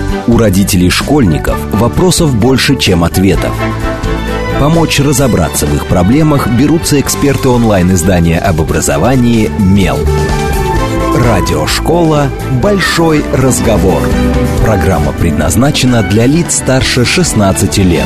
У родителей школьников вопросов больше, чем ответов. Помочь разобраться в их проблемах берутся эксперты онлайн-издания об образовании «Мел». Радиошкола «Большой разговор». Программа предназначена для лиц старше 16 лет.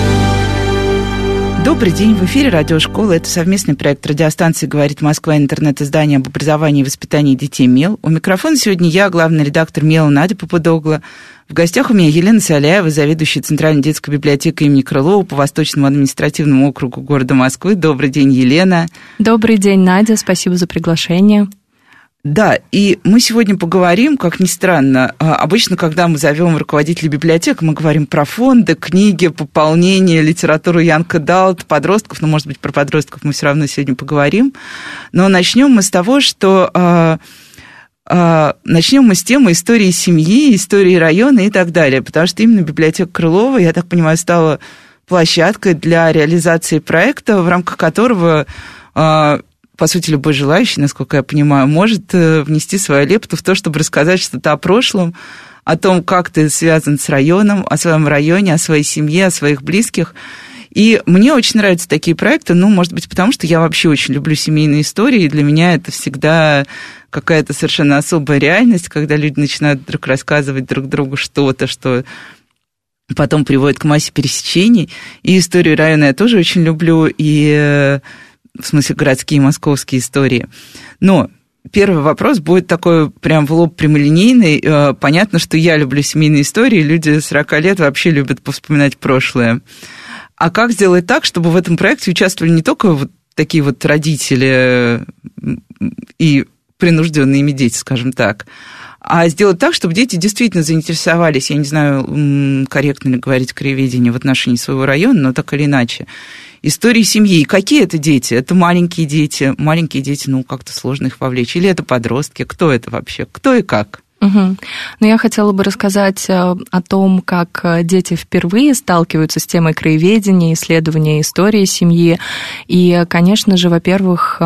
Добрый день, в эфире радиошкола. Это совместный проект радиостанции «Говорит Москва» и интернет-издание об образовании и воспитании детей «Мел». У микрофона сегодня я, главный редактор «Мела» Надя Попудогла. В гостях у меня Елена Соляева, заведующая Центральной детской библиотекой имени Крылова по Восточному административному округу города Москвы. Добрый день, Елена. Добрый день, Надя. Спасибо за приглашение. Да, и мы сегодня поговорим, как ни странно, обычно, когда мы зовем руководителей библиотек, мы говорим про фонды, книги, пополнение, литературу Young Adult, подростков, может быть, про подростков мы все равно сегодня поговорим, но начнем мы с того, что... Начнем мы с темы истории семьи, истории района и так далее, потому что именно библиотека Крылова, я так понимаю, стала площадкой для реализации проекта, в рамках которого... по сути, любой желающий, насколько я понимаю, может внести свою лепту в то, чтобы рассказать что-то о прошлом, о том, как ты связан с районом, о своем районе, о своей семье, о своих близких. И мне очень нравятся такие проекты, может быть, потому что я вообще очень люблю семейные истории, и для меня это всегда какая-то совершенно особая реальность, когда люди начинают вдруг рассказывать друг другу что-то, что потом приводит к массе пересечений. И историю района я тоже очень люблю, и... в смысле, городские московские истории. Но первый вопрос будет такой прям в лоб прямолинейный. Понятно, что я люблю семейные истории, люди 40 лет вообще любят повспоминать прошлое. А как сделать так, чтобы в этом проекте участвовали не только вот такие вот родители и принужденные ими дети, скажем так, а сделать так, чтобы дети действительно заинтересовались, я не знаю, корректно ли говорить краеведение в отношении своего района, но так или иначе, истории семьи. Какие это дети? Это маленькие дети, как-то сложно их вовлечь. Или это подростки? Кто это вообще? Кто и как? Угу. Я хотела бы рассказать о том, как дети впервые сталкиваются с темой краеведения, исследования истории семьи. И, конечно же, во-первых,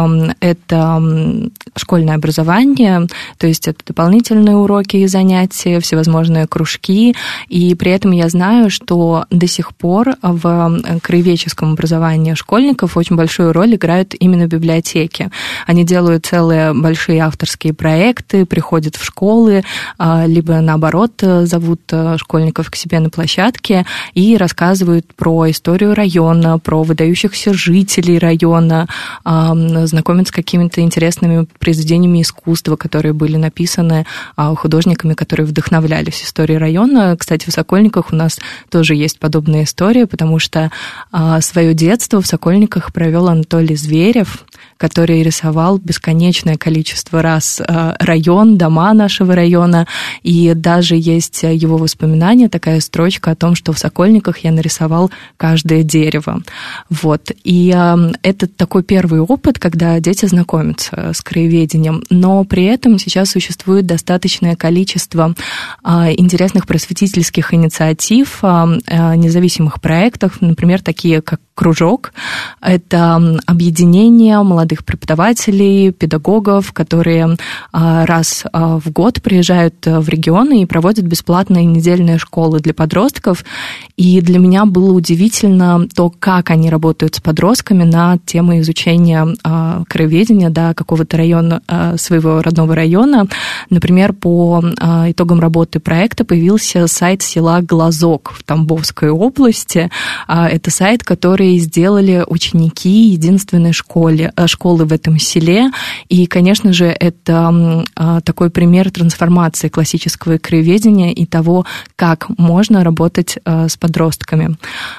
это школьное образование, то есть это дополнительные уроки и занятия, всевозможные кружки. И при этом я знаю, что до сих пор в краеведческом образовании школьников очень большую роль играют именно библиотеки. Они делают целые большие авторские проекты, приходят в школы, либо, наоборот, зовут школьников к себе на площадке и рассказывают про историю района, про выдающихся жителей района, знакомят с какими-то интересными произведениями искусства, которые были написаны художниками, которые вдохновлялись историей района. Кстати, в Сокольниках у нас тоже есть подобная история, потому что свое детство в Сокольниках провел Анатолий Зверев, который рисовал бесконечное количество раз район, дома нашего района, и даже есть его воспоминания, такая строчка о том, что в Сокольниках я нарисовал каждое дерево. Вот. И это такой первый опыт, когда дети знакомятся с краеведением, но при этом сейчас существует достаточное количество интересных просветительских инициатив, независимых проектов, например, такие как «Кружок». Это объединение молодых преподавателей, педагогов, которые раз в год приезжают в регионы и проводят бесплатные недельные школы для подростков. И для меня было удивительно то, как они работают с подростками на тему изучения краеведения, какого-то района, своего родного района. Например, по итогам работы проекта появился сайт села Глазок в Тамбовской области. Это сайт, который сделали ученики единственной школы в этом селе. И, конечно же, это такой пример трансформации классического краеведения и того, как можно работать с подростками.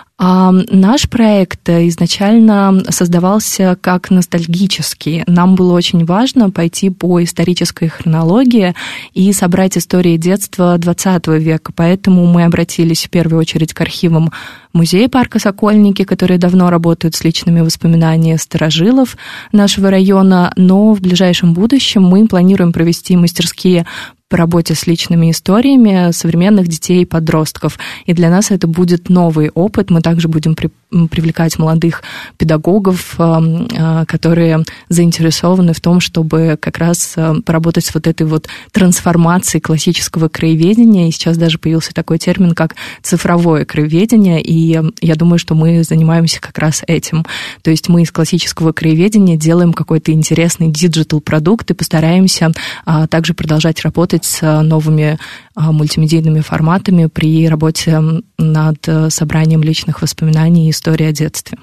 Наш проект изначально создавался как ностальгический. Нам было очень важно пойти по исторической хронологии и собрать истории детства XX века. Поэтому мы обратились в первую очередь к архивам музея парка «Сокольники», которые давно работают с личными воспоминаниями старожилов нашего района, но в ближайшем будущем мы планируем провести мастерские по работе с личными историями современных детей и подростков. И для нас это будет новый опыт. Мы также будем привлекать молодых педагогов, которые заинтересованы в том, чтобы как раз поработать с вот этой вот трансформацией классического краеведения. И сейчас даже появился такой термин, как цифровое краеведение, и я думаю, что мы занимаемся как раз этим. То есть мы из классического краеведения делаем какой-то интересный диджитал-продукт и постараемся также продолжать работать с новыми мультимедийными форматами при работе над собранием личных воспоминаний и истории о детстве.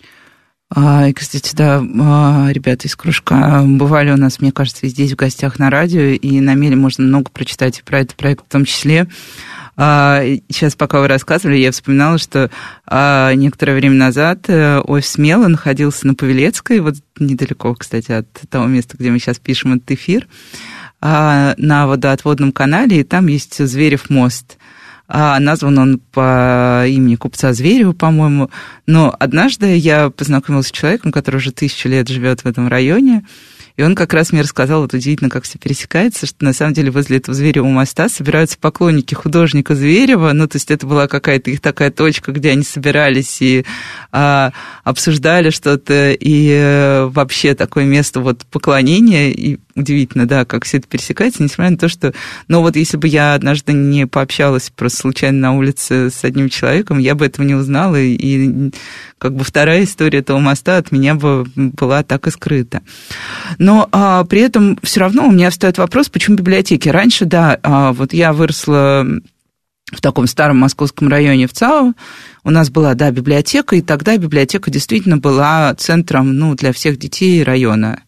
И, кстати, да, ребята из кружка бывали у нас, мне кажется, здесь в гостях на радио, и на Меле можно много прочитать и про этот проект в том числе. Сейчас, пока вы рассказывали, я вспоминала, что некоторое время назад офис Мела находился на Павелецкой, вот недалеко, кстати, от того места, где мы сейчас пишем этот эфир, на водоотводном канале, и там есть Зверев мост. Назван он по имени купца Зверева, по-моему. Но однажды я познакомилась с человеком, который уже 1000 лет живет в этом районе, и он как раз мне рассказал, вот удивительно, как все пересекается, что на самом деле возле этого Зверевого моста собираются поклонники художника Зверева, ну, то есть это была какая-то их такая точка, где они собирались и обсуждали что-то, и вообще такое место вот поклонения, и удивительно, да, как все это пересекается, несмотря на то, что, ну, вот если бы я однажды не пообщалась просто случайно на улице с одним человеком, я бы этого не узнала, и как бы вторая история этого моста от меня бы была так и скрыта. Но при этом все равно у меня встает вопрос, почему библиотеки? Раньше, да, вот я выросла в таком старом московском районе в ЦАО, у нас была, да, библиотека, и тогда библиотека действительно была центром, ну, для всех детей района.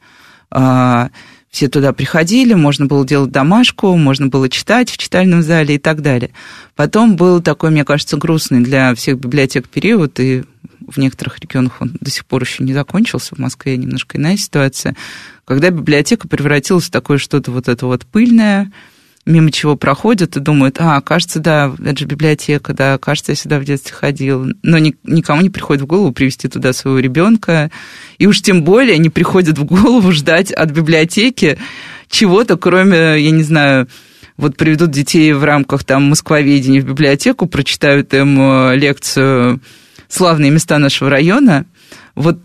Все туда приходили, можно было делать домашку, можно было читать в читальном зале и так далее. Потом был такой, мне кажется, грустный для всех библиотек период, и в некоторых регионах он до сих пор еще не закончился, в Москве немножко иная ситуация, когда библиотека превратилась в такое что-то вот это вот пыльное, мимо чего проходят и думают, кажется, да, это же библиотека, да, кажется, я сюда в детстве ходил. Но никому не приходит в голову привести туда своего ребенка, и уж тем более не приходит в голову ждать от библиотеки чего-то, кроме, я не знаю, вот приведут детей в рамках там москвоведения в библиотеку, прочитают им лекцию «Славные места нашего района». Вот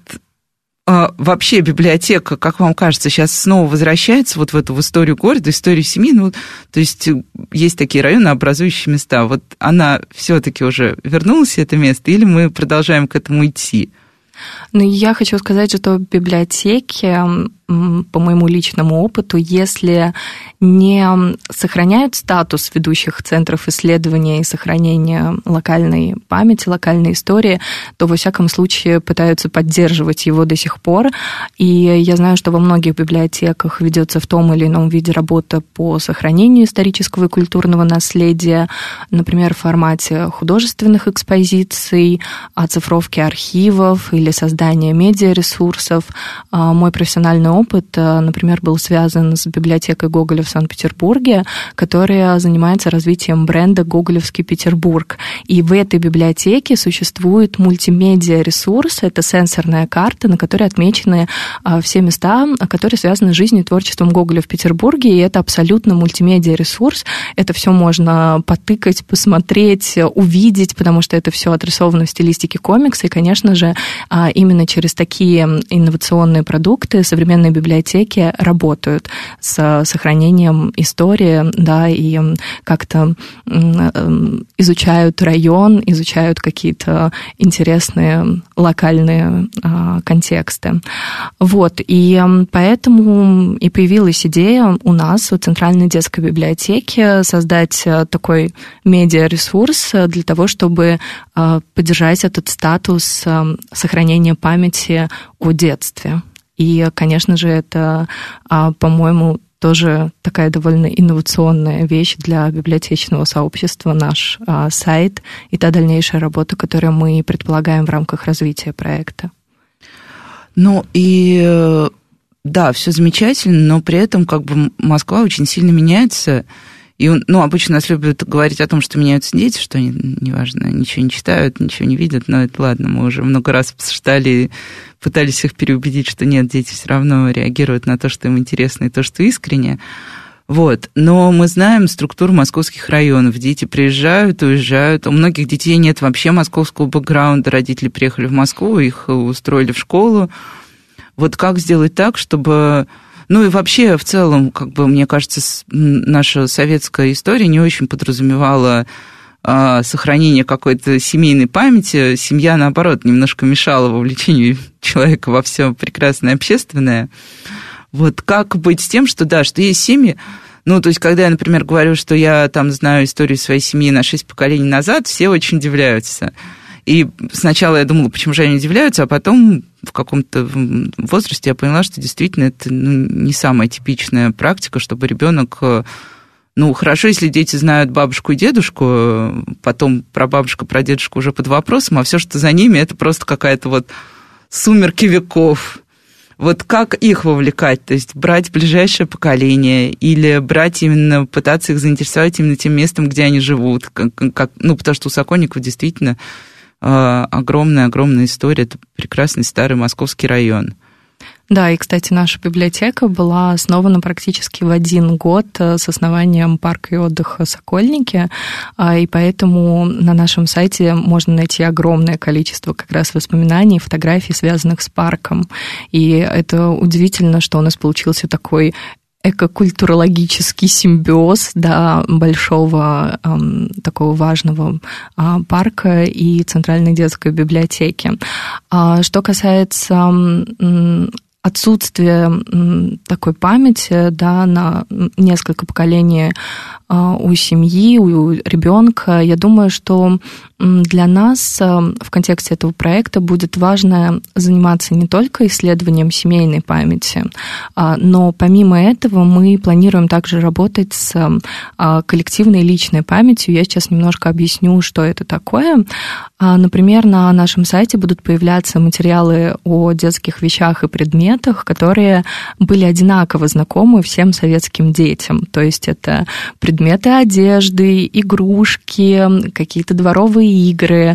вообще библиотека, как вам кажется, сейчас снова возвращается вот в эту в историю города, историю семьи, ну, то есть есть такие районы, образующие места. Вот она все-таки уже вернулась, это место, или мы продолжаем к этому идти? Ну, я хочу сказать, что библиотеки, по моему личному опыту, если не сохраняют статус ведущих центров исследования и сохранения локальной памяти, локальной истории, то, во всяком случае, пытаются поддерживать его до сих пор. И я знаю, что во многих библиотеках ведется в том или ином виде работа по сохранению исторического и культурного наследия, например, в формате художественных экспозиций, оцифровки архивов или создания медиаресурсов. Мой профессиональный опыт, например, был связан с библиотекой Гоголя в Санкт-Петербурге, которая занимается развитием бренда «Гоголевский Петербург». И в этой библиотеке существует мультимедиа-ресурс, это сенсорная карта, на которой отмечены все места, которые связаны с жизнью и творчеством Гоголя в Петербурге, и это абсолютно мультимедиа-ресурс. Это все можно потыкать, посмотреть, увидеть, потому что это все отрисовано в стилистике комикса, и, конечно же, именно через такие инновационные продукты современные библиотеки работают с сохранением истории, да, и как-то изучают район, изучают какие-то интересные локальные контексты. Вот, и поэтому и появилась идея у нас, у Центральной детской библиотеки, создать такой медиаресурс для того, чтобы поддержать этот статус сохранения памяти о детстве. И, конечно же, это, по-моему, тоже такая довольно инновационная вещь для библиотечного сообщества, наш сайт и та дальнейшая работа, которую мы предполагаем в рамках развития проекта. Ну и да, все замечательно, но при этом как бы Москва очень сильно меняется. И, ну, обычно нас любят говорить о том, что меняются дети, что они, неважно, ничего не читают, ничего не видят, но это ладно, мы уже много раз обсуждали, пытались их переубедить, что нет, дети все равно реагируют на то, что им интересно, и то, что искренне. Вот. Но мы знаем структуру московских районов. Дети приезжают, уезжают. У многих детей нет вообще московского бэкграунда. Родители приехали в Москву, их устроили в школу. Вот как сделать так, чтобы... Ну и вообще, в целом, как бы, мне кажется, наша советская история не очень подразумевала сохранение какой-то семейной памяти. Семья, наоборот, немножко мешала вовлечению человека во все прекрасное общественное. Вот как быть с тем, что да, что есть семьи, ну, то есть, когда я, например, говорю, что я там знаю историю своей семьи на 6 поколений назад, все очень удивляются. И сначала я думала, почему же они удивляются, а потом в каком-то возрасте я поняла, что действительно это не самая типичная практика, чтобы ребенок... Ну, хорошо, если дети знают бабушку и дедушку, потом про бабушку, про дедушку уже под вопросом, а все, что за ними, это просто какая-то вот сумерки веков. Вот как их вовлекать? То есть брать ближайшее поколение или брать именно, пытаться их заинтересовать именно тем местом, где они живут? Ну, потому что у Сокольников действительно огромная история. Это прекрасный старый московский район. Да, и, кстати, наша библиотека была основана практически в один год с основанием парка и отдыха «Сокольники», и поэтому на нашем сайте можно найти огромное количество как раз воспоминаний, фотографий, связанных с парком. И это удивительно, что у нас получился такой экокультурологический симбиоз, да, большого такого важного парка и Центральной детской библиотеки. Что касается отсутствие такой памяти, да, на несколько поколений у семьи, у ребенка, я думаю, что для нас в контексте этого проекта будет важно заниматься не только исследованием семейной памяти, но помимо этого мы планируем также работать с коллективной личной памятью. Я сейчас немножко объясню, что это такое. Например, на нашем сайте будут появляться материалы о детских вещах и предметах, которые были одинаково знакомы всем советским детям. То есть это предметы одежды, игрушки, какие-то дворовые игры.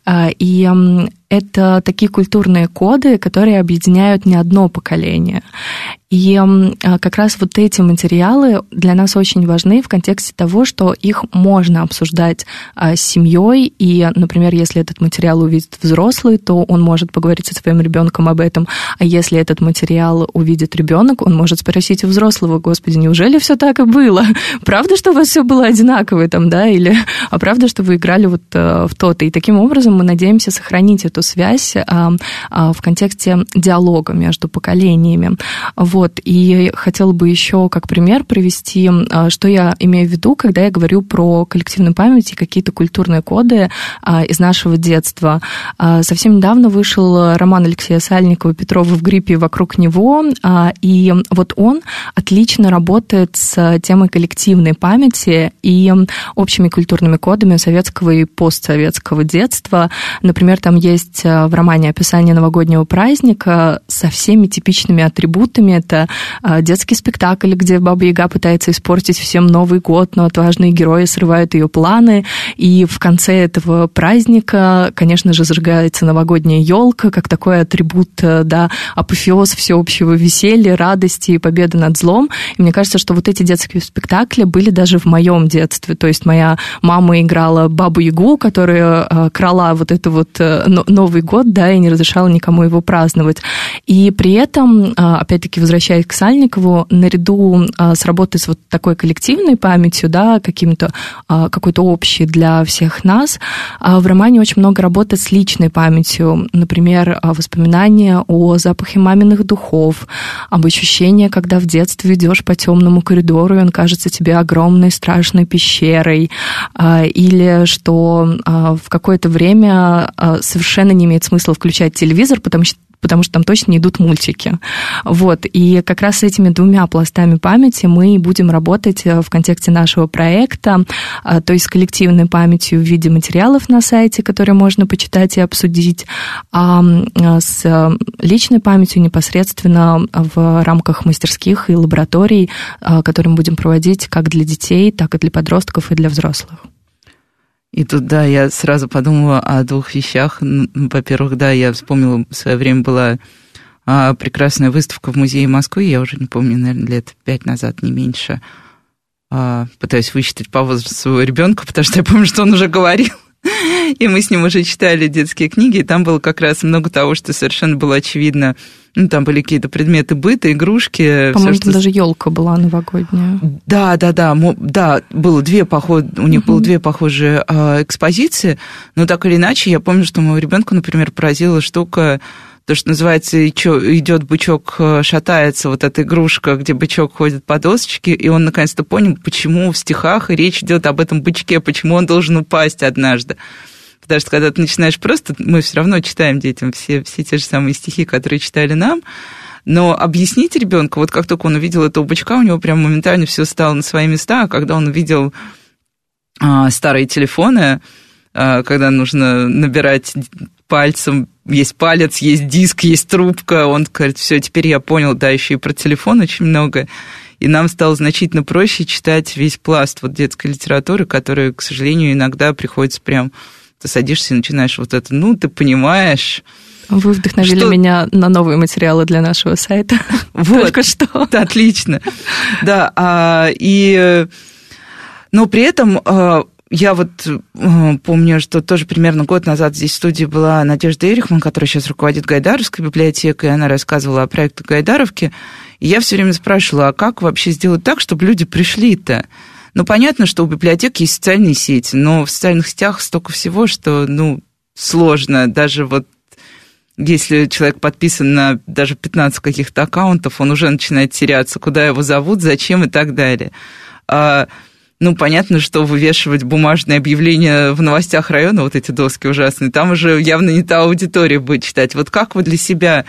И это такие культурные коды, которые объединяют не одно поколение. И как раз вот эти материалы для нас очень важны в контексте того, что их можно обсуждать с семьей. И, например, если этот материал увидит взрослый, то он может поговорить со своим ребенком об этом. А если этот материал увидит ребенок, он может спросить у взрослого: Господи, неужели все так и было? Правда, что у вас все было одинаковое там, да? Или а правда, что вы играли вот в то-то? И таким образом мы надеемся сохранить эту связь в контексте диалога между поколениями. Вот. И хотела бы еще как пример привести, что я имею в виду, когда я говорю про коллективную память и какие-то культурные коды из нашего детства. Совсем недавно вышел роман Алексея Сальникова «Петрова в гриппе, вокруг него», и вот он отлично работает с темой коллективной памяти и общими культурными кодами советского и постсоветского детства. Например, там есть в романе описание новогоднего праздника со всеми типичными атрибутами. Это детский спектакль, где Баба-Яга пытается испортить всем Новый год, но отважные герои срывают ее планы. И в конце этого праздника, конечно же, зажигается новогодняя елка, как такой атрибут, да, апофеоз всеобщего веселья, радости и победы над злом. И мне кажется, что вот эти детские спектакли были даже в моем детстве. То есть моя мама играла Бабу-Ягу, которая крала вот это вот Новый год, да, и не разрешала никому его праздновать. И при этом, опять-таки, возвращаясь к Сальникову, наряду с работой с вот такой коллективной памятью, да, какой-то общей для всех нас, в романе очень много работы с личной памятью. Например, воспоминания о запахе маминых духов, об ощущении, когда в детстве идешь по темному коридору, и он кажется тебе огромной страшной пещерой, или что в какое-то время совершенно не имеет смысла включать телевизор, потому что там точно не идут мультики. Вот. И как раз с этими двумя пластами памяти мы будем работать в контексте нашего проекта, то есть с коллективной памятью в виде материалов на сайте, которые можно почитать и обсудить, а с личной памятью непосредственно в рамках мастерских и лабораторий, которые мы будем проводить как для детей, так и для подростков и для взрослых. И тут, да, я сразу подумала о двух вещах. Во-первых, да, я вспомнила, в свое время была прекрасная выставка в музее Москвы, я уже не помню, наверное, лет 5 назад, не меньше, пытаюсь высчитать по возрасту своего ребенка, потому что я помню, что он уже говорил. И мы с ним уже читали детские книги, и там было как раз много того, что совершенно было очевидно. Ну, там были какие-то предметы быта, игрушки. По-моему, там даже елка была новогодняя. Да, было у них было две похожие экспозиции, но так или иначе, я помню, что моего ребенка, например, поразила штука, то, что называется, идет бычок, шатается, вот эта игрушка, где бычок ходит по досочке, и он наконец-то понял, почему в стихах речь идет об этом бычке, почему он должен упасть однажды. Потому что когда ты начинаешь просто, мы все равно читаем детям все те же самые стихи, которые читали нам, но объяснить ребенку, вот как только он увидел этого бычка, у него прям моментально все стало на свои места, а когда он увидел старые телефоны, когда нужно набирать пальцем, есть палец, есть диск, есть трубка, он говорит, все, теперь я понял, да, еще и про телефон очень много, и нам стало значительно проще читать весь пласт вот детской литературы, которая, к сожалению, иногда приходится прям, ты садишься и начинаешь вот это, ну, ты понимаешь. Вы вдохновили меня на новые материалы для нашего сайта. Вот, только что. Отлично. Да, но при этом я вот помню, что тоже примерно год назад здесь в студии была Надежда Эрихман, которая сейчас руководит Гайдаровской библиотекой, и она рассказывала о проекте Гайдаровки, и я все время спрашивала, а как вообще сделать так, чтобы люди пришли-то? Ну, понятно, что у библиотек есть социальные сети, но в социальных сетях столько всего, что, сложно. Даже вот если человек подписан на даже 15 каких-то аккаунтов, он уже начинает теряться, куда его зовут, зачем и так далее. Понятно, что вывешивать бумажные объявления в новостях района, вот эти доски ужасные, там уже явно не та аудитория будет читать. Вот как вы для себя,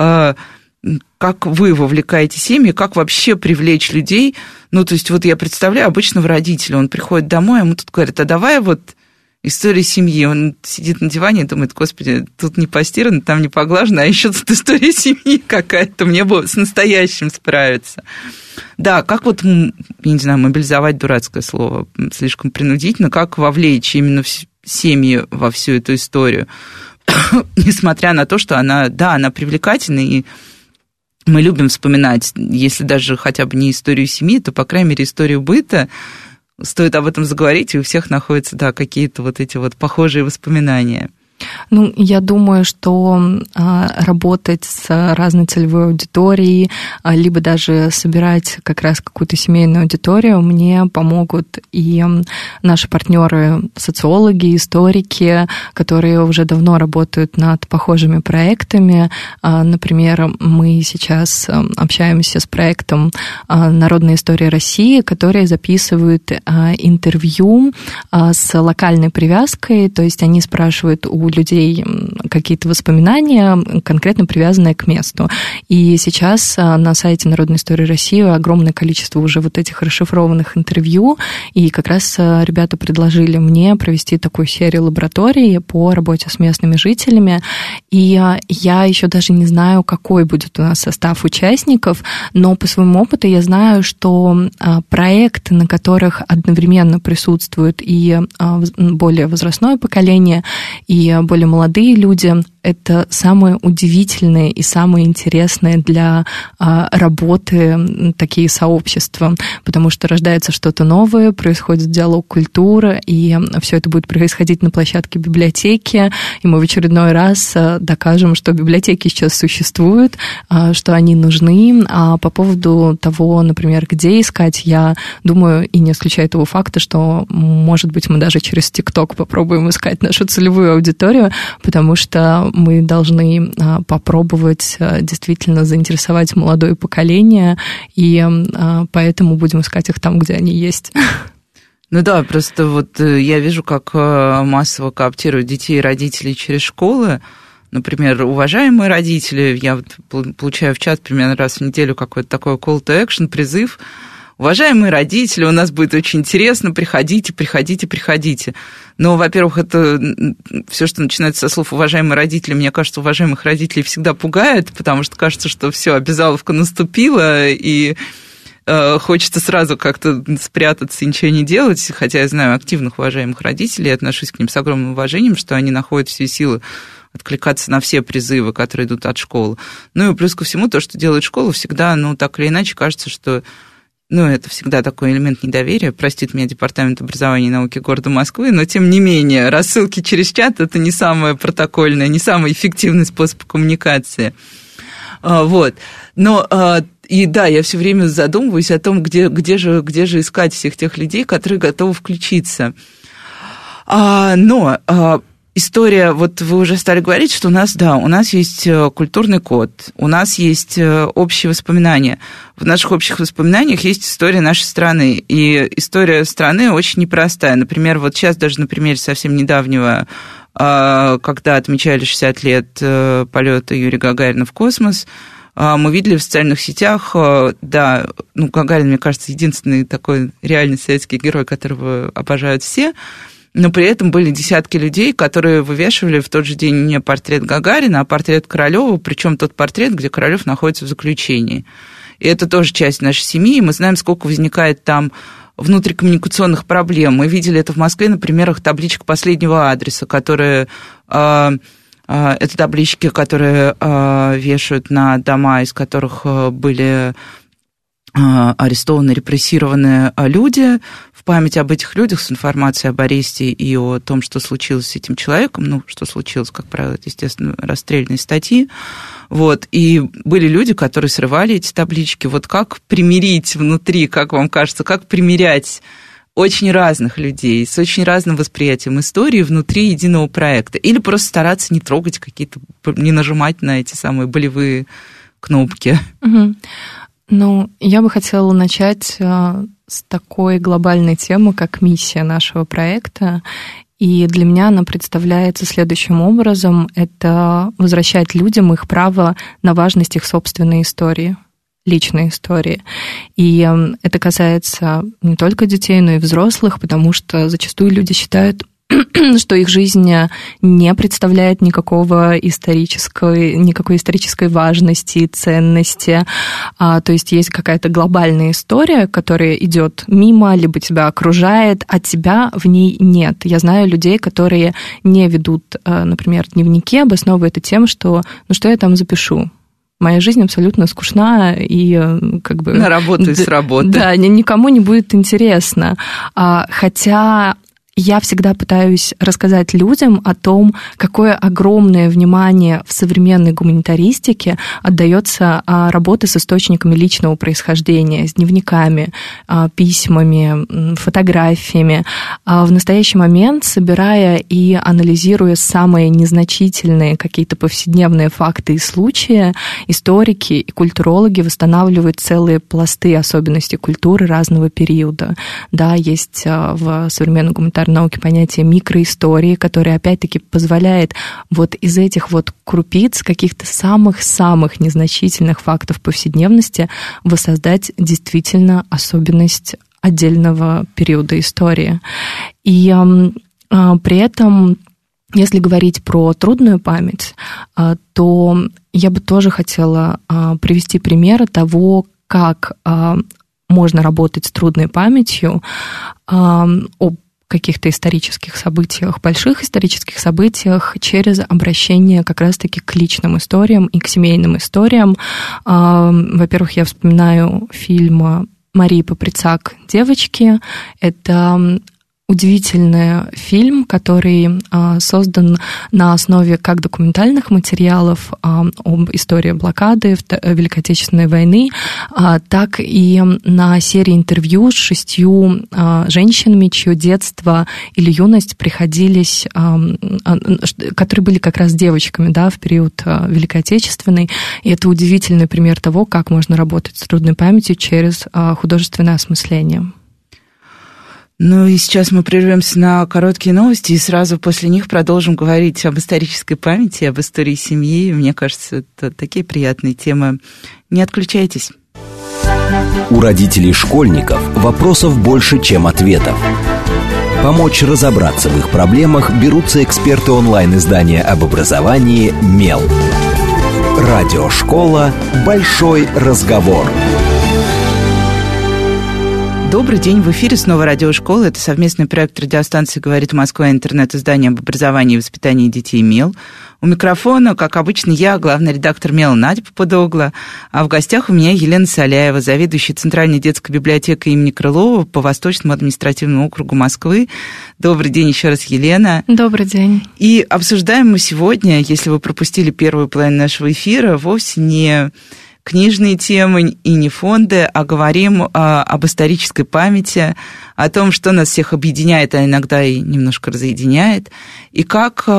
как вы вовлекаете семьи, как вообще привлечь людей? То есть вот я представляю обычного родителя, он приходит домой, ему тут говорят, а давай вот история семьи. Он сидит на диване и думает, господи, тут не постирано, там не поглажено, а еще тут история семьи какая-то, мне бы с настоящим справиться. Да, как вот, я не знаю, мобилизовать дурацкое слово, слишком принудительно, как вовлечь именно семьи во всю эту историю, несмотря на то, что она привлекательна, и мы любим вспоминать, если даже хотя бы не историю семьи, то, по крайней мере, историю быта. Стоит об этом заговорить, и у всех находятся, какие-то вот эти вот похожие воспоминания. Я думаю, что работать с разной целевой аудиторией, либо даже собирать как раз какую-то семейную аудиторию, мне помогут и наши партнеры, социологи, историки, которые уже давно работают над похожими проектами. Например, мы сейчас общаемся с проектом «Народная история России», которые записывают интервью с локальной привязкой, то есть они спрашивают у людей какие-то воспоминания, конкретно привязанные к месту. И сейчас на сайте Народной истории России огромное количество уже вот этих расшифрованных интервью, и как раз ребята предложили мне провести такую серию лабораторий по работе с местными жителями, и я еще даже не знаю, какой будет у нас состав участников, но по своему опыту я знаю, что проекты, на которых одновременно присутствуют и более возрастное поколение, и более молодые люди, это самые удивительные и самые интересные для работы такие сообщества, потому что рождается что-то новое, происходит диалог культуры, и все это будет происходить на площадке библиотеки, и мы в очередной раз докажем, что библиотеки сейчас существуют, что они нужны. А по поводу того, например, где искать, я думаю, и не исключаю того факта, что, может быть, мы даже через ТикТок попробуем искать нашу целевую аудиторию, потому что мы должны попробовать действительно заинтересовать молодое поколение, и поэтому будем искать их там, где они есть. Да, просто вот я вижу, как массово кооптируют детей и родителей через школы. Например, уважаемые родители, я вот получаю в чат примерно раз в неделю какой-то такой call to action, призыв. Уважаемые родители, у нас будет очень интересно, приходите. Но, во-первых, это все, что начинается со слов «уважаемые родители», мне кажется, уважаемых родителей всегда пугает, потому что кажется, что все, обязаловка наступила, и хочется сразу как-то спрятаться и ничего не делать, хотя я знаю активных уважаемых родителей, отношусь к ним с огромным уважением, что они находят все силы откликаться на все призывы, которые идут от школы. И плюс ко всему, то, что делает школа, всегда, так или иначе, кажется, что это всегда такой элемент недоверия, простит меня Департамент образования и науки города Москвы, но тем не менее рассылки через чат – это не самое протокольное, не самый эффективный способ коммуникации. Вот. Но, и да, я все время задумываюсь о том, где же искать всех тех людей, которые готовы включиться. Но история, вот вы уже стали говорить, что у нас есть культурный код, у нас есть общие воспоминания. В наших общих воспоминаниях есть история нашей страны, и история страны очень непростая. Например, вот сейчас даже на примере совсем недавнего, когда отмечали 60 лет полета Юрия Гагарина в космос, мы видели в социальных сетях, Гагарин, мне кажется, единственный такой реальный советский герой, которого обожают все, но при этом были десятки людей, которые вывешивали в тот же день не портрет Гагарина, а портрет Королёва, причем тот портрет, где Королёв находится в заключении. И это тоже часть нашей семьи, и мы знаем, сколько возникает там внутрикоммуникационных проблем. Мы видели это в Москве на примерах табличек последнего адреса, которые... Это таблички, которые вешают на дома, из которых были арестованы, репрессированы люди, в память об этих людях с информацией об аресте и о том, что случилось с этим человеком, что случилось, как правило, это, естественно, расстрельные статьи. Вот. И были люди, которые срывали эти таблички. Вот как примирить внутри, как вам кажется, как примирять очень разных людей с очень разным восприятием истории внутри единого проекта? Или просто стараться не трогать какие-то, не нажимать на эти самые болевые кнопки? Я бы хотела начать с такой глобальной темы, как миссия нашего проекта. И для меня она представляется следующим образом. Это возвращать людям их право на важность их собственной истории, личной истории. И это касается не только детей, но и взрослых, потому что зачастую люди считают, что их жизнь не представляет никакой исторической важности и ценности. То есть есть какая-то глобальная история, которая идет мимо, либо тебя окружает, а тебя в ней нет. Я знаю людей, которые не ведут, например, дневники, обосновывая это тем, что что я там запишу. Моя жизнь абсолютно скучна и как бы... На работу и с работы. Да, никому не будет интересно. Хотя я всегда пытаюсь рассказать людям о том, какое огромное внимание в современной гуманитаристике отдается работе с источниками личного происхождения, с дневниками, письмами, фотографиями. В настоящий момент, собирая и анализируя самые незначительные какие-то повседневные факты и случаи, историки и культурологи восстанавливают целые пласты особенностей культуры разного периода. Да, есть в современной гуманитарной науке понятие микроистории, которое опять-таки позволяет вот из этих вот крупиц каких-то самых-самых незначительных фактов повседневности воссоздать действительно особенность отдельного периода истории. И при этом, если говорить про трудную память, то я бы тоже хотела привести примеры того, как можно работать с трудной памятью, об каких-то исторических событиях, больших исторических событиях через обращение как раз-таки к личным историям и к семейным историям. Во-первых, я вспоминаю фильм Марии Поприцак «Девочки». Это удивительный фильм, который создан на основе как документальных материалов об истории блокады Великой Отечественной войны, так и на серии интервью с 6 женщинами, чье детство или юность приходились, которые были как раз девочками, да, в период Великой Отечественной. И это удивительный пример того, как можно работать с трудной памятью через художественное осмысление. Ну и сейчас мы прервемся на короткие новости и сразу после них продолжим говорить об исторической памяти, об истории семьи. Мне кажется, это такие приятные темы. Не отключайтесь. У родителей школьников вопросов больше, чем ответов. Помочь разобраться в их проблемах берутся эксперты онлайн-издания об образовании «Мел». Радиошкола «Большой разговор». Добрый день, в эфире снова радиошкола. Это совместный проект радиостанции «Говорит Москва» и интернет-издание об образовании и воспитании детей МЕЛ. У микрофона, как обычно, я, главный редактор МЕЛ Надя Попудогла, а в гостях у меня Елена Соляева, заведующая Центральной детской библиотекой имени Крылова по Восточному административному округу Москвы. Добрый день еще раз, Елена. Добрый день. И обсуждаем мы сегодня, если вы пропустили первую половину нашего эфира, вовсе не книжные темы и не фонды, а говорим об исторической памяти, о том, что нас всех объединяет, а иногда и немножко разъединяет, и как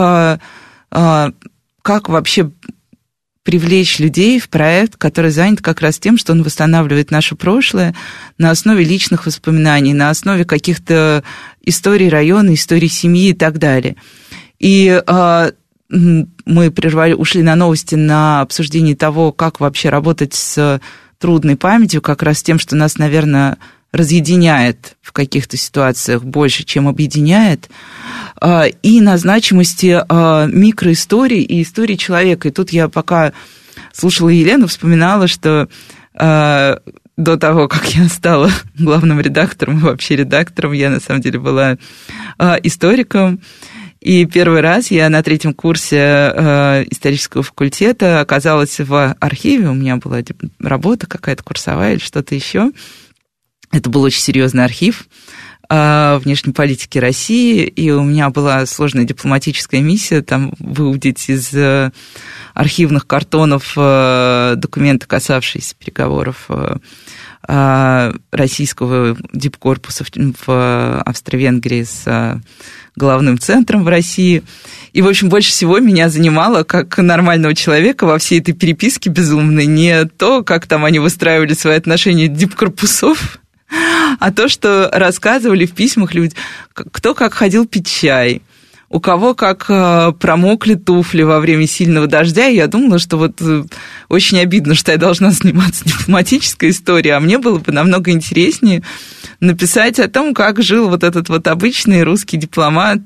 вообще привлечь людей в проект, который занят как раз тем, что он восстанавливает наше прошлое на основе личных воспоминаний, на основе каких-то историй района, историй семьи и так далее. И мы ушли на новости на обсуждение того, как вообще работать с трудной памятью, как раз тем, что нас, наверное, разъединяет в каких-то ситуациях больше, чем объединяет, и на значимости микроисторий и истории человека. И тут я пока слушала Елену, вспоминала, что до того, как я стала главным редактором и вообще редактором, я на самом деле была историком. И первый раз я на 3-м курсе исторического факультета оказалась в архиве. У меня была работа какая-то курсовая или что-то еще. Это был очень серьезный архив внешней политики России, и у меня была сложная дипломатическая миссия там выудить из архивных картонов документы, касавшиеся переговоров российского дипкорпуса в Австро-Венгрии с главным центром в России. И, в общем, больше всего меня занимало, как нормального человека, во всей этой переписке безумной, не то, как там они выстраивали свои отношения дипкорпусов, а то, что рассказывали в письмах люди, кто как ходил пить чай, у кого как промокли туфли во время сильного дождя. И я думала, что вот очень обидно, что я должна заниматься дипломатической историей, а мне было бы намного интереснее написать о том, как жил вот этот вот обычный русский дипломат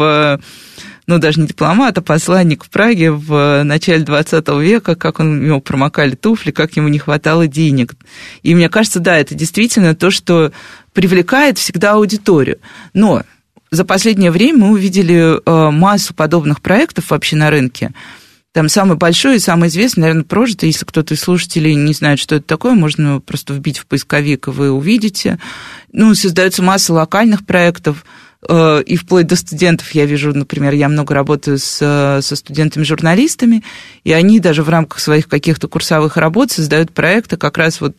даже не дипломат, а посланник в Праге в начале 20 века, как у него промокали туфли, как ему не хватало денег. И мне кажется, да, это действительно то, что привлекает всегда аудиторию. Но за последнее время мы увидели массу подобных проектов вообще на рынке. Там самый большой и самый известный, наверное, «Прожито». Если кто-то из слушателей не знает, что это такое, можно просто вбить в поисковик, и вы увидите. Создается масса локальных проектов, и вплоть до студентов. Я вижу, например, я много работаю со студентами-журналистами, и они даже в рамках своих каких-то курсовых работ создают проекты. Как раз вот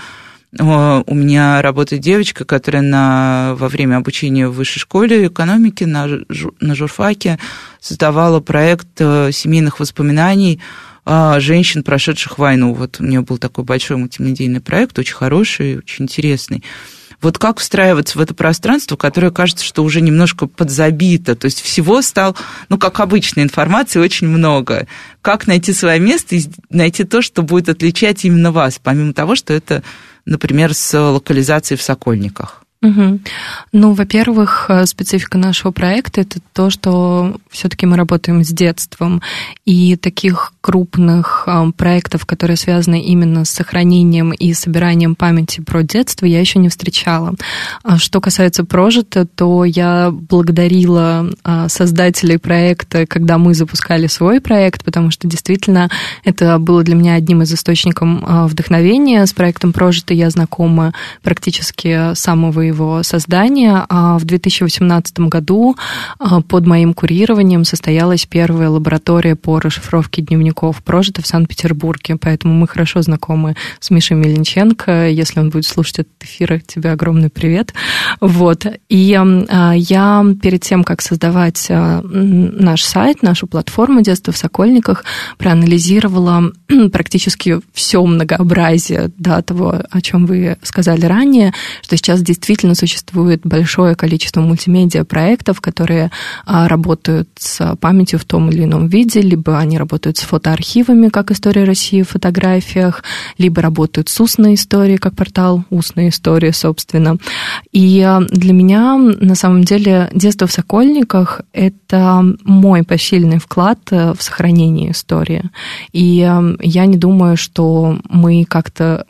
у меня работает девочка, которая во время обучения в высшей школе экономики на журфаке создавала проект семейных воспоминаний женщин, прошедших войну. Вот у нее был такой большой мультимедийный проект, очень хороший, очень интересный. Вот как встраиваться в это пространство, которое кажется, что уже немножко подзабито, то есть всего стало, как обычно, информации очень много. Как найти свое место и найти то, что будет отличать именно вас, помимо того, что это, например, с локализацией в Сокольниках? Угу. Во-первых, специфика нашего проекта – это то, что все-таки мы работаем с детством, и таких крупных проектов, которые связаны именно с сохранением и собиранием памяти про детство, я еще не встречала. Что касается «Прожито», то я благодарила создателей проекта, когда мы запускали свой проект, потому что действительно это было для меня одним из источников вдохновения. С проектом «Прожито» я знакома практически с самого его создания. А в 2018 году под моим курированием состоялась первая лаборатория по расшифровке дневников «Прожито» в Санкт-Петербурге, поэтому мы хорошо знакомы с Мишей Мельниченко. Если он будет слушать этот эфир, тебе огромный привет. И я перед тем, как создавать наш сайт, нашу платформу «Детство в Сокольниках», проанализировала практически все многообразие того, о чем вы сказали ранее, что сейчас действительно существует большое количество мультимедиа-проектов, которые работают с памятью в том или ином виде, либо они работают с фотоархивами, как «История России» в фотографиях, либо работают с устной историей, как портал «Устная история», собственно. И для меня, на самом деле, «Детство в Сокольниках» — это мой посильный вклад в сохранение истории. И я не думаю, что мы как-то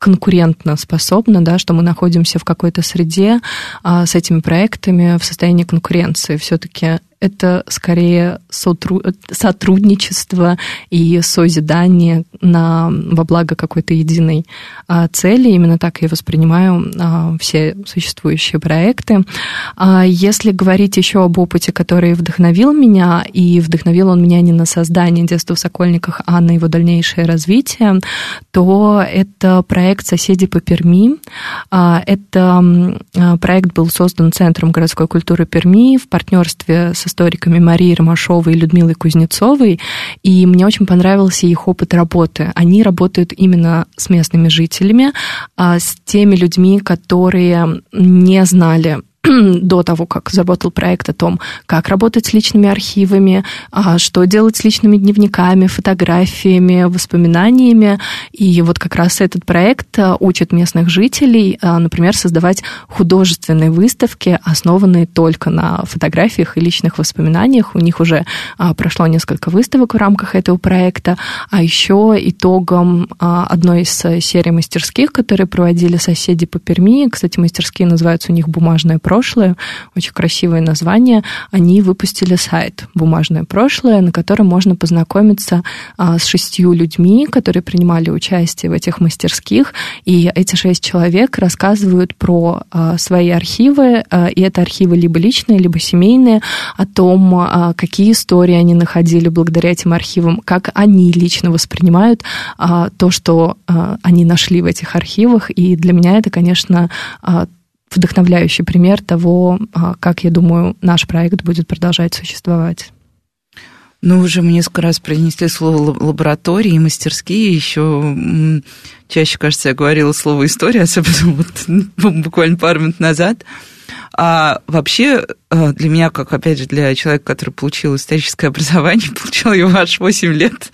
конкурентно способна, да, что мы находимся в какой-то среде с этими проектами в состоянии конкуренции. Все-таки это скорее сотрудничество и созидание во благо какой-то единой цели. Именно так я воспринимаю все существующие проекты. Если говорить еще об опыте, который вдохновил меня, и вдохновил он меня не на создание детства в Сокольниках, а на его дальнейшее развитие, то это проект «Соседи по Перми». Это проект был создан Центром городской культуры Перми в партнерстве с историками Марией Ромашовой и Людмилой Кузнецовой, и мне очень понравился их опыт работы. Они работают именно с местными жителями, с теми людьми, которые не знали до того, как заработал проект о том, как работать с личными архивами, что делать с личными дневниками, фотографиями, воспоминаниями. И вот как раз этот проект учит местных жителей, например, создавать художественные выставки, основанные только на фотографиях и личных воспоминаниях. У них уже прошло несколько выставок в рамках этого проекта. А еще итогом одной из серий мастерских, которые проводили соседи по Перми, кстати, мастерские называются у них «Бумажное прошлое», очень красивое название, они выпустили сайт «Бумажное прошлое», на котором можно познакомиться с 6 людьми, которые принимали участие в этих мастерских, и эти 6 человек рассказывают про свои архивы, и это архивы либо личные, либо семейные, о том, какие истории они находили благодаря этим архивам, как они лично воспринимают то, что они нашли в этих архивах, и для меня это, конечно, вдохновляющий пример того, как, я думаю, наш проект будет продолжать существовать. Ну, уже мы несколько раз произнесли слово «лаборатории» и «мастерские». Еще чаще, кажется, я говорила слово «история», особенно вот буквально пару минут назад. А вообще для меня, как, опять же, для человека, который получил историческое образование, получил его аж 8 лет,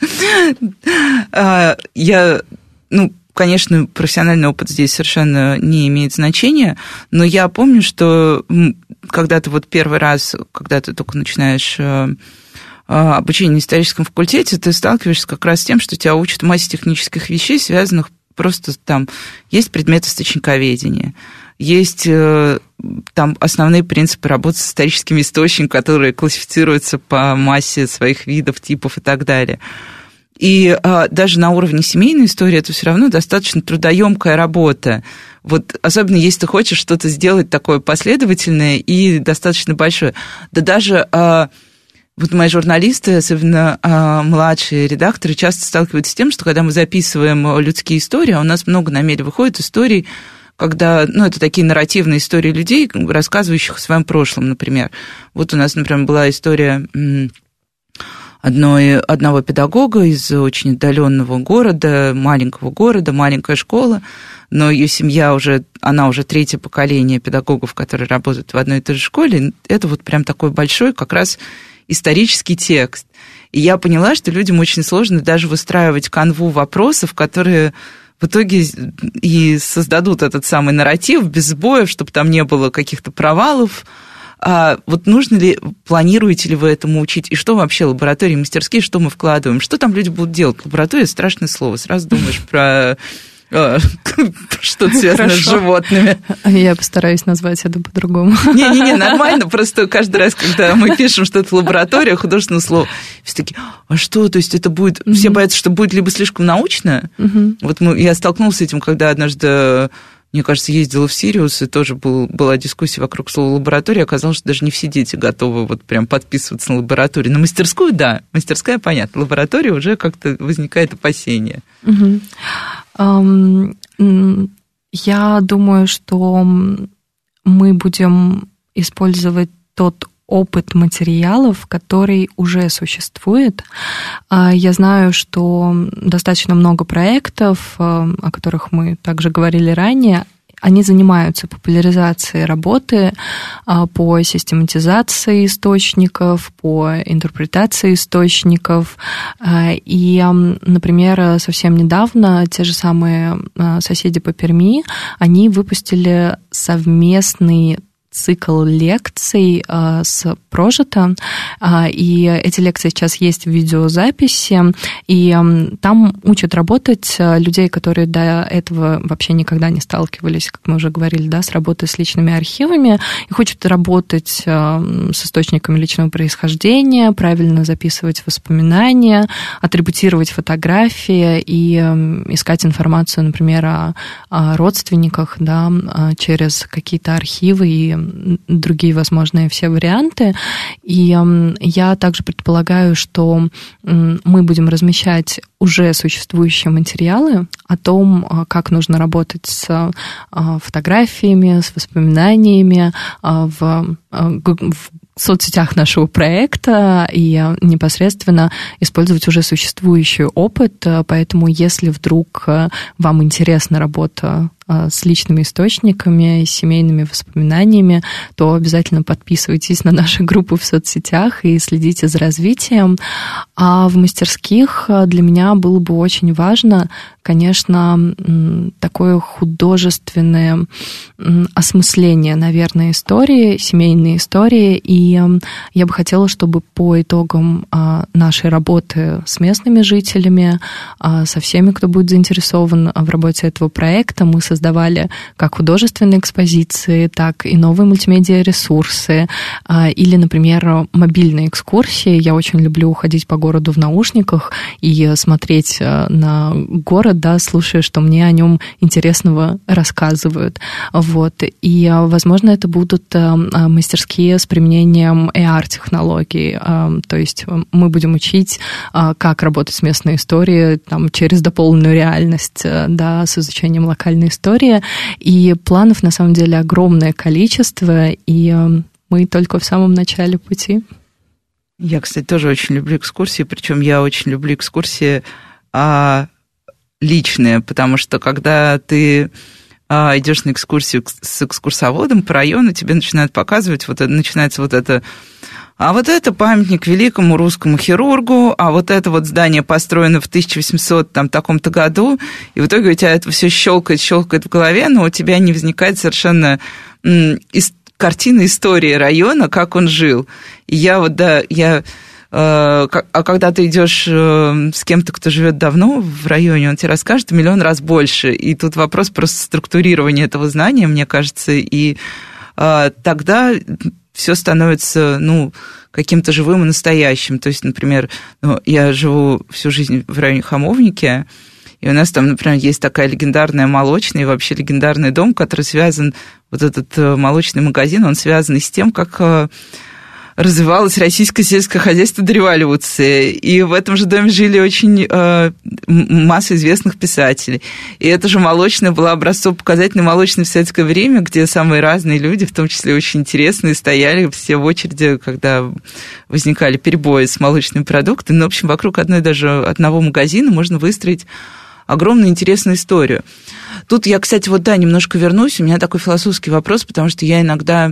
конечно, профессиональный опыт здесь совершенно не имеет значения, но я помню, что когда ты вот первый раз, когда ты только начинаешь обучение на историческом факультете, ты сталкиваешься как раз с тем, что тебя учат массе технических вещей, связанных просто там, есть предмет источниковедения, есть там основные принципы работы с историческими источниками, которые классифицируются по массе своих видов, типов и так далее. И даже на уровне семейной истории это все равно достаточно трудоемкая работа. Вот особенно если ты хочешь что-то сделать такое последовательное и достаточно большое. Да даже вот мои журналисты, особенно младшие редакторы, часто сталкиваются с тем, что когда мы записываем людские истории, а у нас много на Меле выходит историй, когда, это такие нарративные истории людей, рассказывающих о своем прошлом, например. Вот у нас, например, была история одного педагога из очень отдаленного города, маленького города, маленькая школа, но ее семья она уже 3-е поколение педагогов, которые работают в одной и той же школе. Это вот прям такой большой как раз исторический текст. И я поняла, что людям очень сложно даже выстраивать канву вопросов, которые в итоге и создадут этот самый нарратив без сбоев, чтобы там не было каких-то провалов. А вот нужно ли, планируете ли вы этому учить? И что вообще лаборатории, мастерские, что мы вкладываем? Что там люди будут делать? Лаборатория – страшное слово. Сразу думаешь про что-то связанное с животными. Я постараюсь назвать это по-другому. Не, нормально. Просто каждый раз, когда мы пишем что-то лаборатория, художественное слово, все такие, а что? То есть это будет... Все боятся, что будет либо слишком научно. Вот я столкнулась с этим, когда однажды... Мне кажется, ездила в Сириус, и тоже была дискуссия вокруг слова «лаборатория». Оказалось, что даже не все дети готовы вот прям подписываться на лабораторию. На мастерскую, да, мастерская, понятно. Лаборатория уже как-то возникает опасение. Я думаю, что мы будем использовать тот опыт материалов, который уже существует. Я знаю, что достаточно много проектов, о которых мы также говорили ранее, они занимаются популяризацией работы по систематизации источников, по интерпретации источников. И, например, совсем недавно те же самые соседи по Перми, они выпустили совместный цикл лекций с Прожито, и эти лекции сейчас есть в видеозаписи, и там учат работать людей, которые до этого вообще никогда не сталкивались, как мы уже говорили, да, с работой с личными архивами, и учат работать с источниками личного происхождения, правильно записывать воспоминания, атрибутировать фотографии и искать информацию, например, о родственниках, да, через какие-то архивы и другие возможные все варианты. И я также предполагаю, что мы будем размещать уже существующие материалы о том, как нужно работать с фотографиями, с воспоминаниями в соцсетях нашего проекта и непосредственно использовать уже существующий опыт. Поэтому, если вдруг вам интересна работа с личными источниками, с семейными воспоминаниями, то обязательно подписывайтесь на наши группы в соцсетях и следите за развитием. А в мастерских для меня было бы очень важно, конечно, такое художественное осмысление, наверное, истории, семейной истории. И я бы хотела, чтобы по итогам нашей работы с местными жителями, со всеми, кто будет заинтересован в работе этого проекта, мы создавали как художественные экспозиции, так и новые мультимедиа-ресурсы или, например, мобильные экскурсии. Я очень люблю ходить по городу в наушниках и смотреть на город, да, слушая, что мне о нем интересного рассказывают. Вот. И, возможно, это будут мастерские с применением AR-технологий. То есть мы будем учить, как работать с местной историей там, через дополненную реальность, да, с изучением локальной истории. И планов, на самом деле, огромное количество, и мы только в самом начале пути. Я, кстати, тоже очень люблю экскурсии, причем я очень люблю экскурсии личные, потому что когда ты идешь на экскурсию с экскурсоводом по району, тебе начинают показывать, начинается вот это... А вот это памятник великому русскому хирургу, а вот это вот здание построено в 1800 таком-то году, и в итоге у тебя это все щелкает в голове, но у тебя не возникает совершенно картина истории района, как он жил. И когда ты идешь с кем-то, кто живет давно в районе, он тебе расскажет миллион раз больше. И тут вопрос просто структурирования этого знания, мне кажется, и тогда все становится, каким-то живым и настоящим. То есть, например, я живу всю жизнь в районе Хамовники, и у нас там, например, есть такая легендарная молочная и вообще легендарный дом, который связан, вот этот молочный магазин, он связан и с тем, как развивалось российское сельское хозяйство до революции. И в этом же доме жили очень масса известных писателей. И это же молочная была образцово-показательной молочной в советское время, где самые разные люди, в том числе очень интересные, стояли все в очереди, когда возникали перебои с молочными продуктами. В общем, вокруг одного магазина можно выстроить огромную интересную историю. Тут я, кстати, немножко вернусь. У меня такой философский вопрос, потому что я иногда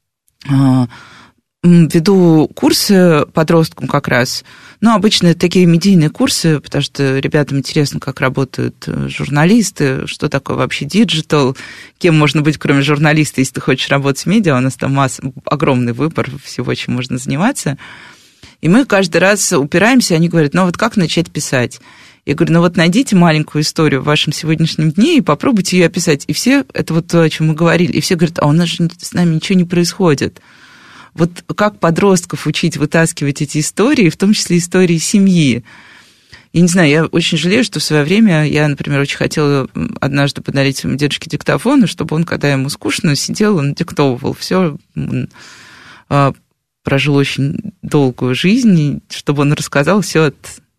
веду курсы подросткам как раз. Обычно это такие медийные курсы, потому что ребятам интересно, как работают журналисты, что такое вообще диджитал, кем можно быть, кроме журналиста, если ты хочешь работать в медиа. У нас там огромный выбор всего, чем можно заниматься. И мы каждый раз упираемся, они говорят, как начать писать? Я говорю, найдите маленькую историю в вашем сегодняшнем дне и попробуйте ее описать. И все, это то, о чем мы говорили, и все говорят, у нас же с нами ничего не происходит. Как подростков учить вытаскивать эти истории, в том числе истории семьи. Я не знаю, я очень жалею, что в свое время я, например, очень хотела однажды подарить своему дедушке диктофон, чтобы он, когда ему скучно, сидел, он диктовывал все. Он прожил очень долгую жизнь, чтобы он рассказал все от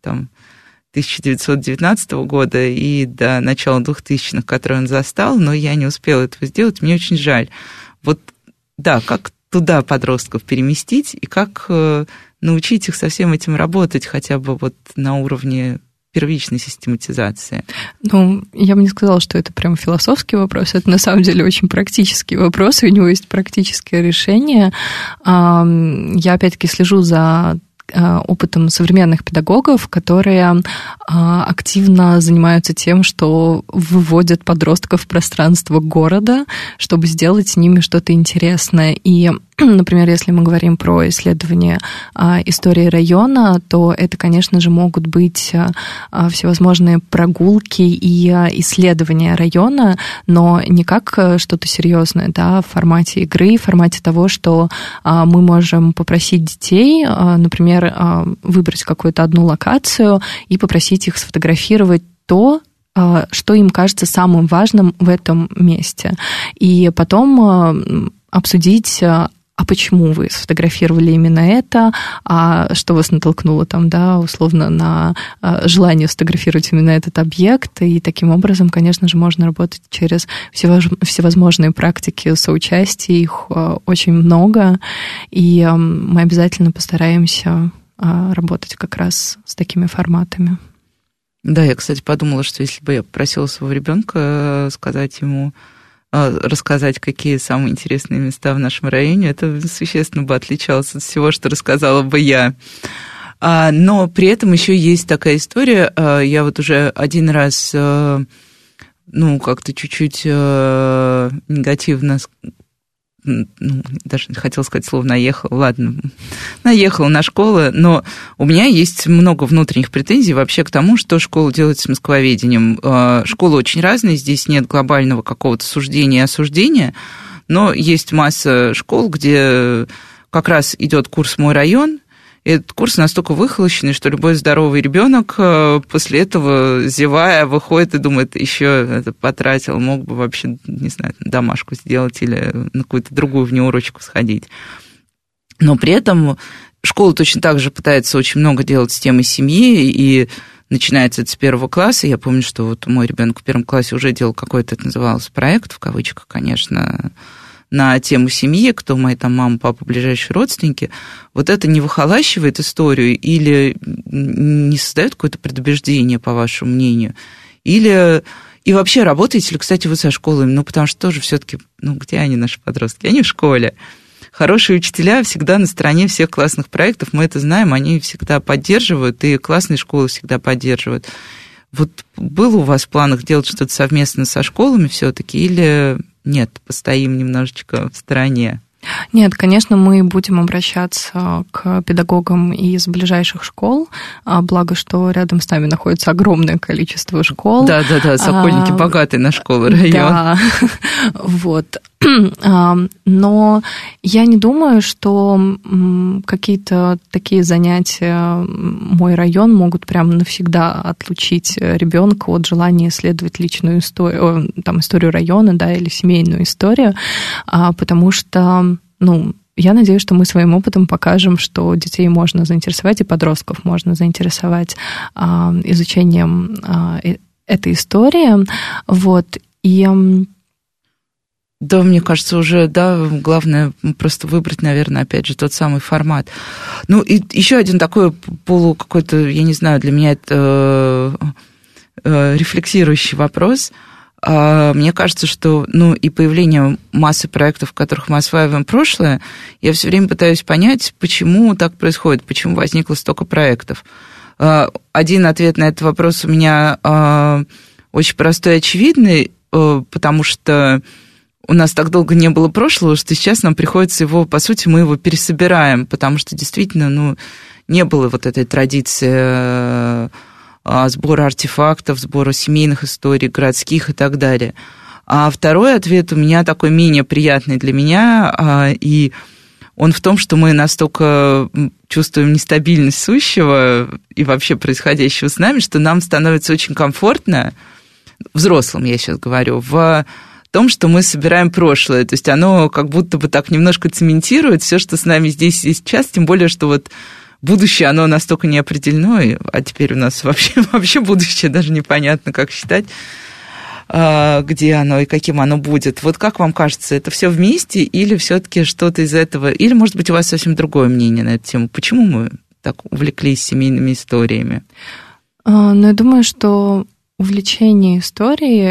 1919 года и до начала 2000-х, которые он застал, но я не успела этого сделать, мне очень жаль. Как туда подростков переместить и как научить их со всем этим работать хотя бы на уровне первичной систематизации? Я бы не сказала, что это прям философский вопрос, это на самом деле очень практический вопрос, и у него есть практическое решение. Я опять-таки слежу за опытом современных педагогов, которые активно занимаются тем, что выводят подростков в пространство города, чтобы сделать с ними что-то интересное. И, например, если мы говорим про исследование истории района, то это, конечно же, могут быть всевозможные прогулки и исследования района, но не как что-то серьезное, да, в формате игры, в формате того, что мы можем попросить детей, например, выбрать какую-то одну локацию и попросить их сфотографировать то, что им кажется самым важным в этом месте. И потом обсудить, а почему вы сфотографировали именно это, а что вас натолкнуло там, да, условно, на желание сфотографировать именно этот объект. И таким образом, конечно же, можно работать через всевозможные практики соучастия, их очень много, и мы обязательно постараемся работать как раз с такими форматами. Да, я, кстати, подумала, что если бы я попросила своего ребенка рассказать, какие самые интересные места в нашем районе, это существенно бы отличалось от всего, что рассказала бы я. Но при этом еще есть такая история. Я вот уже один раз, как-то чуть-чуть негативно, даже хотела сказать слово наехала на школы, но у меня есть много внутренних претензий вообще к тому, что школа делает с москвоведением. Школы очень разные, здесь нет глобального какого-то суждения и осуждения, но есть масса школ, где как раз идет курс «Мой район», и этот курс настолько выхолощенный, что любой здоровый ребенок после этого, зевая, выходит и думает, еще это потратил, мог бы вообще, не знаю, домашку сделать или на какую-то другую внеурочку сходить. Но при этом школа точно так же пытается очень много делать с темой семьи, и начинается это с 1 класса. Я помню, что вот мой ребенок в 1 классе уже делал какой-то, это назывался проект, в кавычках, конечно, на тему семьи, кто мои там мама, папа, ближайшие родственники, вот это не выхолащивает историю или не создает какое-то предубеждение, по вашему мнению? Или... И вообще, работаете ли, кстати, вы со школами? Потому что тоже все-таки, где они, наши подростки? Они в школе. Хорошие учителя всегда на стороне всех классных проектов, мы это знаем, они всегда поддерживают, и классные школы всегда поддерживают. Вот было у вас в планах делать что-то совместно со школами все-таки, или нет, постоим немножечко в стороне? Нет, конечно, мы будем обращаться к педагогам из ближайших школ, благо, что рядом с нами находится огромное количество школ. Да, Сокольники богатый на школы район. Да, вот. Но я не думаю, что какие-то такие занятия «Мой район» могут прям навсегда отлучить ребенка от желания исследовать личную историю, историю района, да, или семейную историю, потому что, я надеюсь, что мы своим опытом покажем, что детей можно заинтересовать, и подростков можно заинтересовать изучением этой истории, вот, и... Да, мне кажется, уже, главное просто выбрать, наверное, опять же, тот самый формат. И еще один такой какой-то, я не знаю, для меня это рефлексирующий вопрос. Мне кажется, что, и появление массы проектов, в которых мы осваиваем прошлое, я все время пытаюсь понять, почему так происходит, почему возникло столько проектов. Один ответ на этот вопрос у меня очень простой и очевидный, потому что у нас так долго не было прошлого, что сейчас нам приходится по сути, мы его пересобираем, потому что действительно, не было вот этой традиции сбора артефактов, сбора семейных историй, городских и так далее. А второй ответ у меня такой менее приятный для меня, и он в том, что мы настолько чувствуем нестабильность сущего и вообще происходящего с нами, что нам становится очень комфортно, взрослым я сейчас говорю, в том, что мы собираем прошлое. То есть оно как будто бы так немножко цементирует все, что с нами здесь и сейчас, тем более, что вот будущее, оно настолько неопределено, а теперь у нас вообще будущее даже непонятно, как считать, где оно и каким оно будет. Вот как вам кажется, это все вместе или все-таки что-то из этого, или, может быть, у вас совсем другое мнение на эту тему? Почему мы так увлеклись семейными историями? Я думаю, что увлечение историей,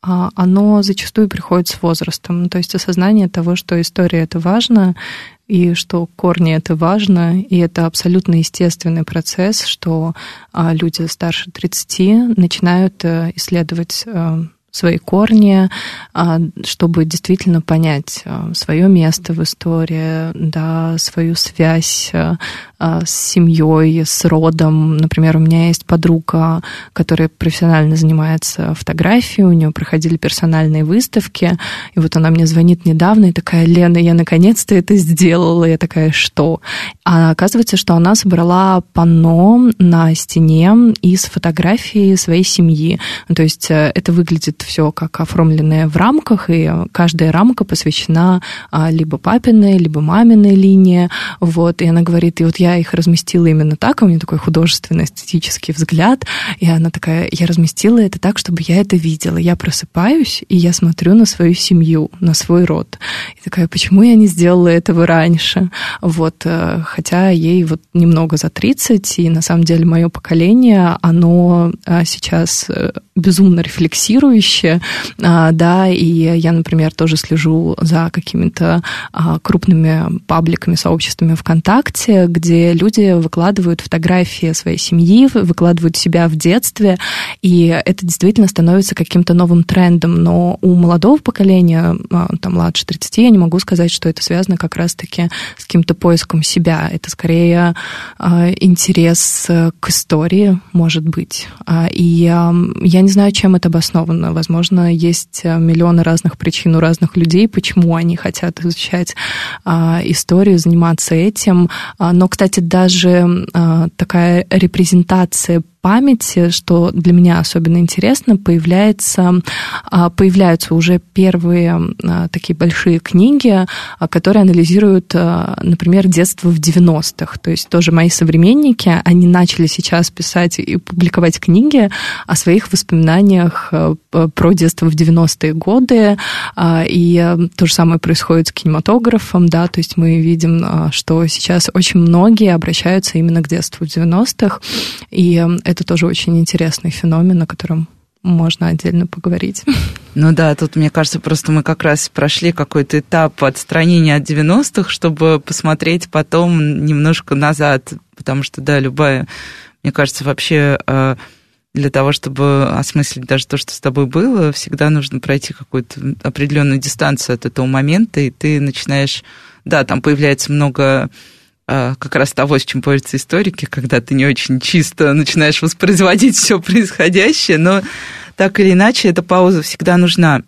оно зачастую приходит с возрастом. То есть осознание того, что история — это важно, и что корни — это важно, и это абсолютно естественный процесс, что люди старше 30 начинают исследовать свои корни, чтобы действительно понять свое место в истории, да, свою связь с семьей, с родом. Например, у меня есть подруга, которая профессионально занимается фотографией, у нее проходили персональные выставки, и вот она мне звонит недавно и такая: Лена, я наконец-то это сделала. Я такая: что? А оказывается, что она собрала панно на стене из фотографий своей семьи. То есть это выглядит все как оформленное в рамках, и каждая рамка посвящена либо папиной, либо маминой линии. Вот, и она говорит: и вот я их разместила именно так, у меня такой художественный эстетический взгляд, и она такая: я разместила это так, чтобы я это видела. Я просыпаюсь, и я смотрю на свою семью, на свой род. И такая: почему я не сделала этого раньше? Вот, хотя ей вот немного за 30, и на самом деле мое поколение, оно сейчас безумно рефлексирующее, да, и я, например, тоже слежу за какими-то крупными пабликами, сообществами ВКонтакте, где люди выкладывают фотографии своей семьи, выкладывают себя в детстве, и это действительно становится каким-то новым трендом. Но у молодого поколения, там, младше 30, я не могу сказать, что это связано как раз-таки с каким-то поиском себя. Это скорее интерес к истории, может быть. И я не знаю, чем это обосновано. Возможно, есть миллионы разных причин у разных людей, почему они хотят изучать историю, заниматься этим. Но, кстати, даже такая репрезентация памяти, что для меня особенно интересно, появляются уже первые такие большие книги, которые анализируют, например, детство в 90-х. То есть тоже мои современники, они начали сейчас писать и публиковать книги о своих воспоминаниях про детство в 90-е годы, и то же самое происходит с кинематографом, да, то есть мы видим, что сейчас очень многие обращаются именно к детству в 90-х, и это тоже очень интересный феномен, о котором можно отдельно поговорить. Ну да, тут, мне кажется, просто мы как раз прошли какой-то этап отстранения от 90-х, чтобы посмотреть потом немножко назад, потому что, да, любая, мне кажется, вообще для того, чтобы осмыслить даже то, что с тобой было, всегда нужно пройти какую-то определенную дистанцию от этого момента, и ты начинаешь, да, там появляется много как раз того, с чем борются историки, когда ты не очень чисто начинаешь воспроизводить все происходящее, но так или иначе эта пауза всегда нужна.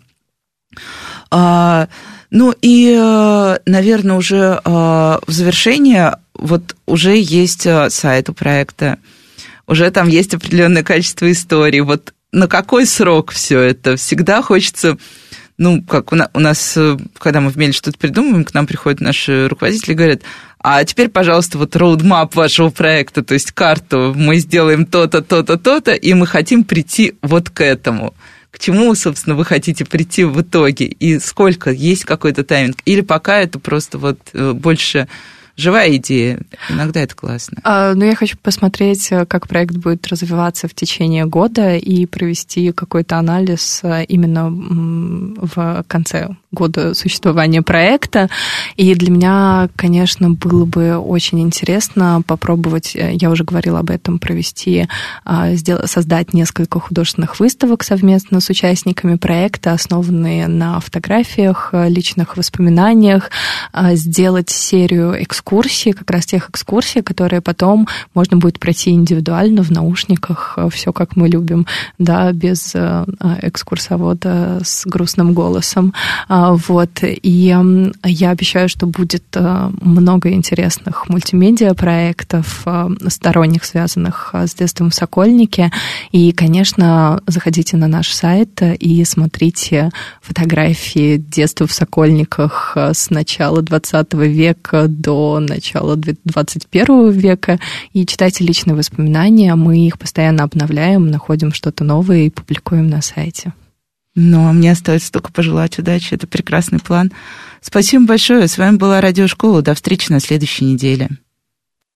Ну и, наверное, уже в завершение вот уже есть сайт у проекта, уже там есть определенное количество историй. Вот на какой срок все это? Всегда хочется... Ну, как у нас, когда мы в Меле что-то придумываем, к нам приходят наши руководители и говорят: а теперь, пожалуйста, вот роудмап вашего проекта, то есть карту, мы сделаем то-то, то-то, то-то, и мы хотим прийти вот к этому. К чему, собственно, вы хотите прийти в итоге? И сколько? Есть какой-то тайминг? Или пока это просто вот больше... живая идея. Иногда это классно. Но я хочу посмотреть, как проект будет развиваться в течение года и провести какой-то анализ именно в конце года существования проекта. И для меня, конечно, было бы очень интересно попробовать, я уже говорила об этом, создать несколько художественных выставок совместно с участниками проекта, основанные на фотографиях, личных воспоминаниях, сделать серию экскурсий, как раз тех экскурсий, которые потом можно будет пройти индивидуально в наушниках, все как мы любим, да, без экскурсовода с грустным голосом. Вот. И я обещаю, что будет много интересных мультимедиа-проектов, сторонних, связанных с детством в Сокольнике. И, конечно, заходите на наш сайт и смотрите фотографии детства в Сокольниках с начала 20 века до начала 21 века и читайте личные воспоминания. Мы их постоянно обновляем, находим что-то новое и публикуем на сайте. Ну, а мне остается только пожелать удачи. Это прекрасный план. Спасибо большое. С вами была Радиошкола. До встречи на следующей неделе.